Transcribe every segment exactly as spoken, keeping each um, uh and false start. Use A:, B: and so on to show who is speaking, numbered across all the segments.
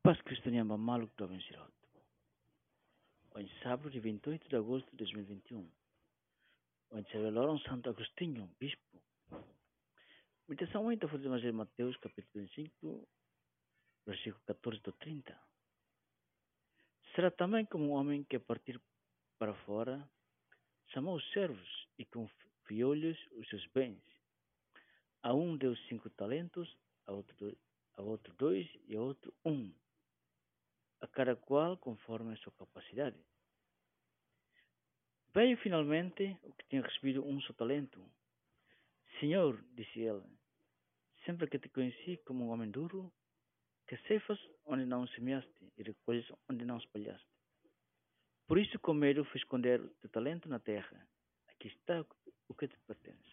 A: paz cristã maluco do Abençirot. Hoje sábado, dia vinte e oito de agosto de dois mil e vinte e um. Onde celebraram Santo Agostinho, bispo. Meditação ontem foi do Evangelho de Mateus, capítulo vinte e cinco, versículo catorze a trinta. Será também como um homem que, a partir para fora, chamou os servos e confiou-lhes os seus bens. A um deu cinco talentos, a outro, a outro dois e a outro um, a cada qual conforme a sua capacidade. Veio finalmente o que tinha recebido um só talento. Senhor, disse ele, sempre que te conheci como um homem duro, que ceifas onde não semeaste e recolhes onde não espalhaste. Por isso, com medo, fui esconder o teu talento na terra. Aqui está o que te pertence.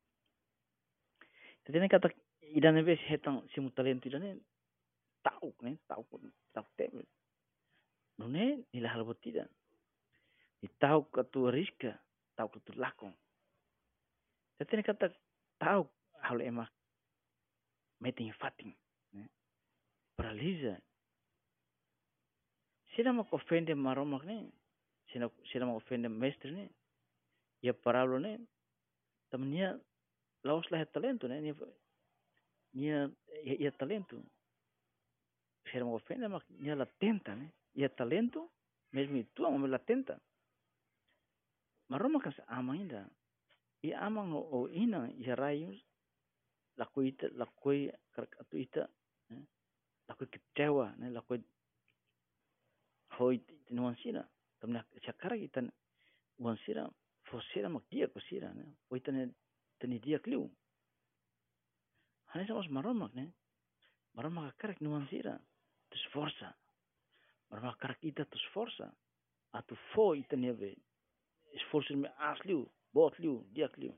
A: Jadi kata idan be setan simu talento idan tahu ne tahu tahu tem. Nune nila hal botida. Ni tahu ka tu riska, tahu ka tu lakon. Jadi kata tahu hal emak meeting fating. Paralisa. Sila mo offende maromak ne. Sila sila mo offende mestre ne. Ya paralo ne. Tamnya laos lah talento ne. Nia nia ya talento. Sila mo offende mak nia la tenta ne. Ya talento mesmo itu amo la tenta. Maromak kas ama ainda. I amang o ina ya rayos la kuita la kui karatu ita. La kui kecewa ne la kui hoi tinuansira. Tamnya sakara kita wansira fosira makia kusira ne oitane tani dia kliu hane sa os maromak ne maromak karak nuansira tu sforza maromak karak ita tu sforza atu fo itane be esforço me asliu botliu dia kliu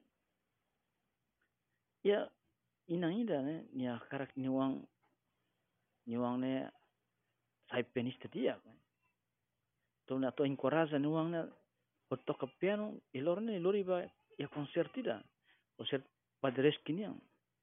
A: ya ina ida ne nia karak niwang niwang ne sai penista dia to na to encoraja niwang ne o toca piano e loro ne loro va e concertida concert padres kiniang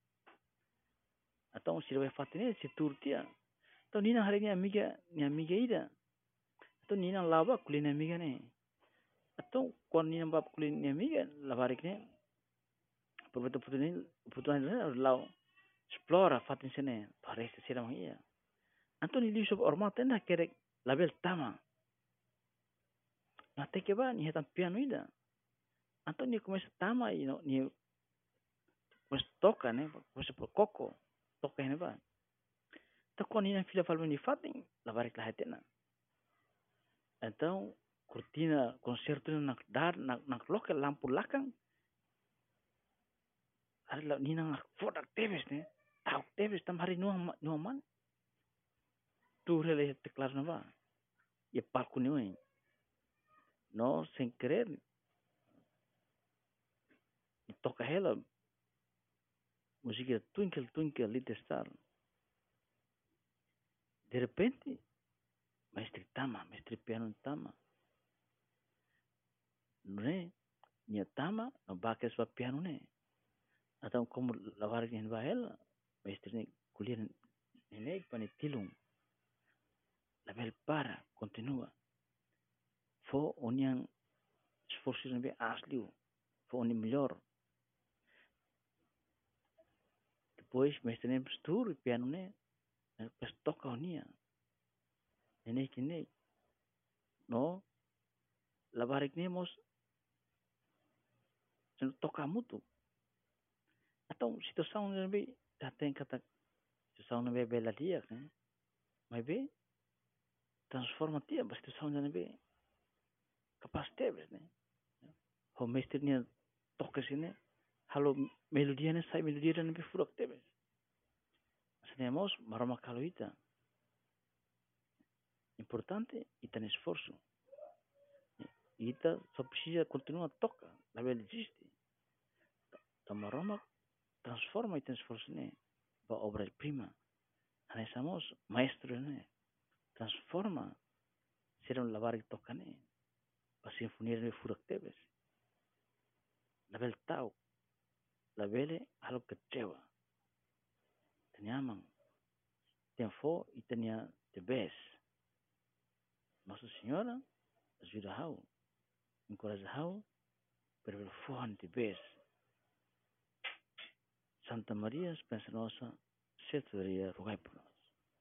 A: atau si vai fatine si turtia atau nina hari ni amiga ni amiga ida atau nina lava kulina amiga ne atau kon nina bab kulina amiga lavarik ne perbetu putu ni putu ni lau explora fatin sene parece sira mangia atau ni liso ormata na kerek label tama na te que va ni hetan piano ida atau ni começa tama e ni pues toca né pues por coco toca né va então quando ni filha falou ni fatin lavarik la hetena então cortina concerto nak dar nak nak local lampu lakang ada ni nang fodak teves ne tau teves tam hari nuang nuang man tu rele te claro na va e palco ni no sem querer toca ela música twinkle twinkle little star de repente mestre tama mestre piano tama ne ni tama no baques va piano ne atau como lavar ni va ela mestre ni kuliah ni pani tilung la bel para continua fo oniang esforço ne asliu fo oni melhor depois mestre ne postura piano ne depois toca onia ne ne no lavarik nemos toca mutu atau situação ne be tem kata situação ne be bela dia né mas be transforma tia mas situação ne be capaz teves né o mestre ne toca sini halo melodia ne sai melodia ne be furak teves senemos maroma kaloita importante ita esforço ita só precisa continuar toca la bela existe tamaroma transforma ita esforço ne ba obra prima anestamos maestro ne transforma ser un lavar toca ne ba sinfonia ne furak teves la bel tau la bele halo kecewa tenyamang tem fo e tinha the best. Nossa Senhora, ajuda how, encoraja how, pero fo the best. Santa Maria, pensa nossa, certaria rogai por nós.